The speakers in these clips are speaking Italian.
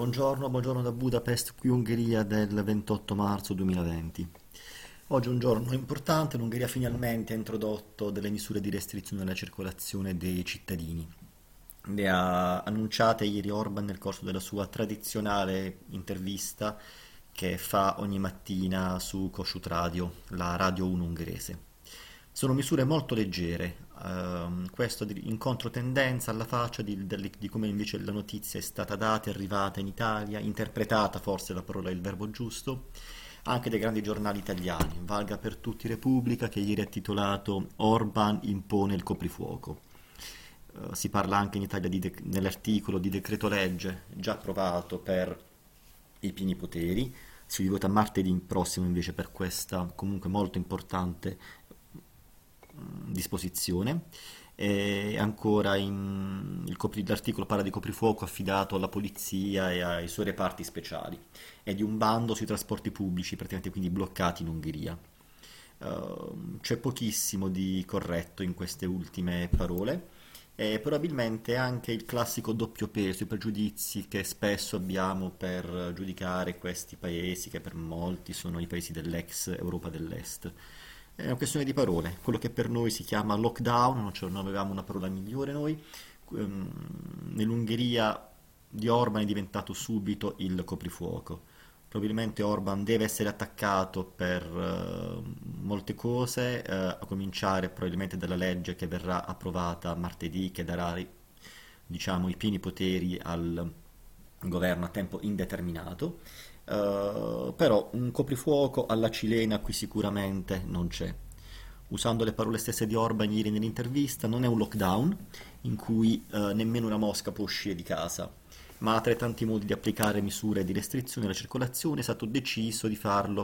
Buongiorno da Budapest, qui Ungheria del 28 marzo 2020. Oggi è un giorno importante, l'Ungheria finalmente ha introdotto delle misure di restrizione alla circolazione dei cittadini. Le ha annunciate ieri Orban nel corso della sua tradizionale intervista che fa ogni mattina su Kossuth Radio, la Radio 1 ungherese. Sono misure molto leggere, questo in controtendenza alla faccia di come invece la notizia è stata data, è arrivata in Italia, interpretata forse la parola e il verbo giusto, anche dai grandi giornali italiani. Valga per tutti Repubblica che ieri ha titolato Orban impone il coprifuoco. Si parla anche in Italia nell'articolo di decreto legge già approvato per i pieni poteri, si vota martedì prossimo invece per questa comunque molto importante disposizione. E ancora l'articolo parla di coprifuoco affidato alla polizia e ai suoi reparti speciali e di un bando sui trasporti pubblici, praticamente quindi bloccati in Ungheria. C'è pochissimo di corretto in queste ultime parole e probabilmente anche il classico doppio peso, i pregiudizi che spesso abbiamo per giudicare questi paesi che per molti sono i paesi dell'ex Europa dell'Est. È una questione di parole, quello che per noi si chiama lockdown, non avevamo una parola migliore noi, nell'Ungheria di Orban è diventato subito il coprifuoco. Probabilmente Orban deve essere attaccato per molte cose, a cominciare probabilmente dalla legge che verrà approvata martedì, che darà, diciamo, i pieni poteri al governo a tempo indeterminato. Però un coprifuoco alla cilena qui sicuramente non c'è. Usando le parole stesse di Orban ieri nell'intervista, non è un lockdown in cui nemmeno una mosca può uscire di casa, ma tra i tanti modi di applicare misure di restrizione alla circolazione è stato deciso di farlo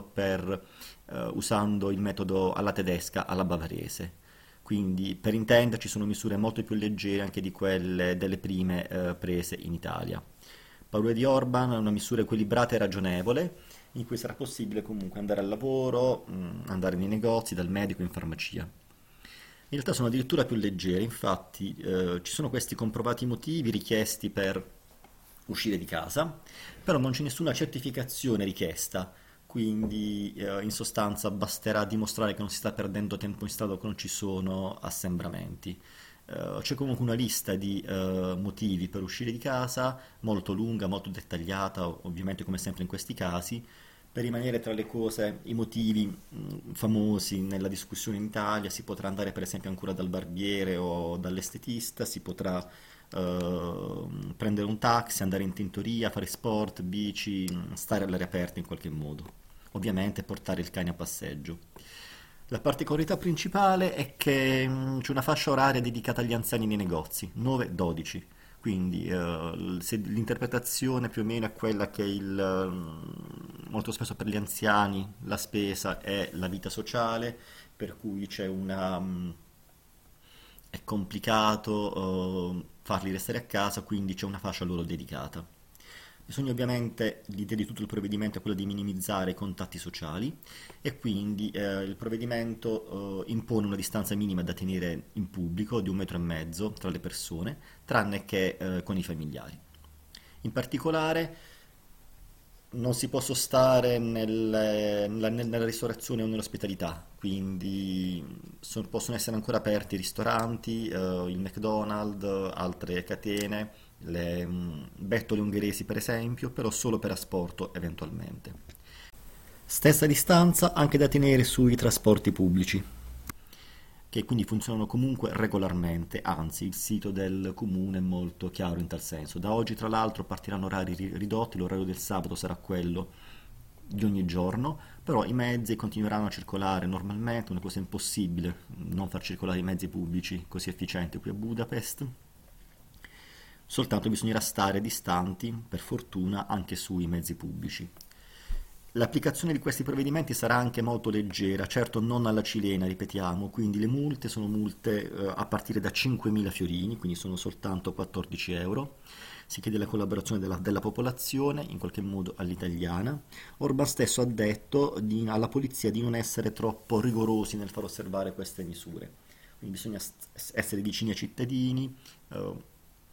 usando il metodo alla tedesca, alla bavarese. Quindi, per intenderci, sono misure molto più leggere anche di quelle delle prime prese in Italia. Parole di Orban è una misura equilibrata e ragionevole, in cui sarà possibile comunque andare al lavoro, andare nei negozi, dal medico in farmacia. In realtà sono addirittura più leggere, infatti ci sono questi comprovati motivi richiesti per uscire di casa, però non c'è nessuna certificazione richiesta, quindi in sostanza basterà dimostrare che non si sta perdendo tempo in strada o che non ci sono assembramenti. C'è comunque una lista di motivi per uscire di casa, molto lunga, molto dettagliata, ovviamente come sempre in questi casi, per rimanere tra le cose, i motivi famosi nella discussione in Italia, si potrà andare per esempio ancora dal barbiere o dall'estetista, si potrà prendere un taxi, andare in tintoria, fare sport, bici, stare all'aria aperta in qualche modo. Ovviamente portare il cane a passeggio. La particolarità principale è che c'è una fascia oraria dedicata agli anziani nei negozi, 9-12, quindi se l'interpretazione più o meno è quella che molto spesso per gli anziani la spesa è la vita sociale, per cui è complicato farli restare a casa, quindi c'è una fascia loro dedicata. Bisogna ovviamente, l'idea di tutto il provvedimento è quella di minimizzare i contatti sociali e quindi il provvedimento impone una distanza minima da tenere in pubblico di 1,5 metri tra le persone, tranne che con i familiari. In particolare non si può sostare nella ristorazione o nell'ospitalità, quindi possono essere ancora aperti i ristoranti, il McDonald's, altre catene, le bettole ungheresi per esempio, però solo per asporto eventualmente. Stessa distanza anche da tenere sui trasporti pubblici, che quindi funzionano comunque regolarmente, anzi il sito del comune è molto chiaro in tal senso. Da oggi tra l'altro partiranno orari ridotti, l'orario del sabato sarà quello di ogni giorno, però i mezzi continueranno a circolare normalmente, una cosa impossibile non far circolare i mezzi pubblici così efficienti qui a Budapest, soltanto bisognerà stare distanti, per fortuna, anche sui mezzi pubblici. L'applicazione di questi provvedimenti sarà anche molto leggera, certo non alla cilena, ripetiamo, quindi le multe sono multe a partire da 5.000 fiorini, quindi sono soltanto 14 euro. Si chiede la collaborazione della popolazione, in qualche modo all'italiana. Orban stesso ha detto alla polizia di non essere troppo rigorosi nel far osservare queste misure. Quindi bisogna essere vicini ai cittadini,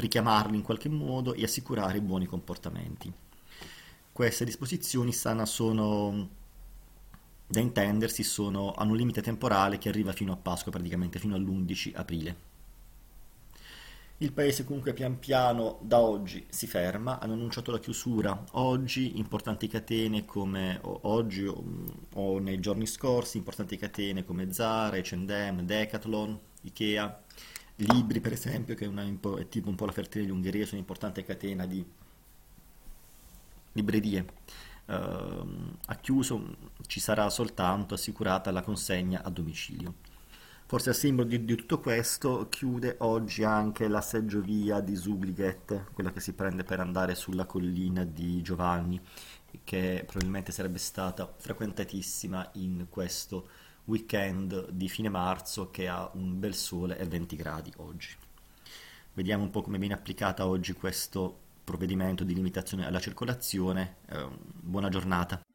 richiamarli in qualche modo e assicurare buoni comportamenti. Queste disposizioni sana sono da intendersi, hanno un limite temporale che arriva fino a Pasqua, praticamente fino all'11 aprile. Il paese comunque pian piano da oggi si ferma, hanno annunciato la chiusura oggi, importanti catene come oggi o nei giorni scorsi, importanti catene come Zara, H&M, Decathlon, Ikea, Libri per esempio, che è tipo un po' la Ferrovia Ungheria, sono un'importante catena di librerie. Ha chiuso, ci sarà soltanto assicurata la consegna a domicilio. Forse a simbolo di tutto questo chiude oggi anche la seggiovia di Zuglighet, quella che si prende per andare sulla collina di Giovanni, che probabilmente sarebbe stata frequentatissima in questo weekend di fine marzo che ha un bel sole e 20 gradi oggi. Vediamo un po' come viene applicata oggi questo provvedimento di limitazione alla circolazione. Buona giornata.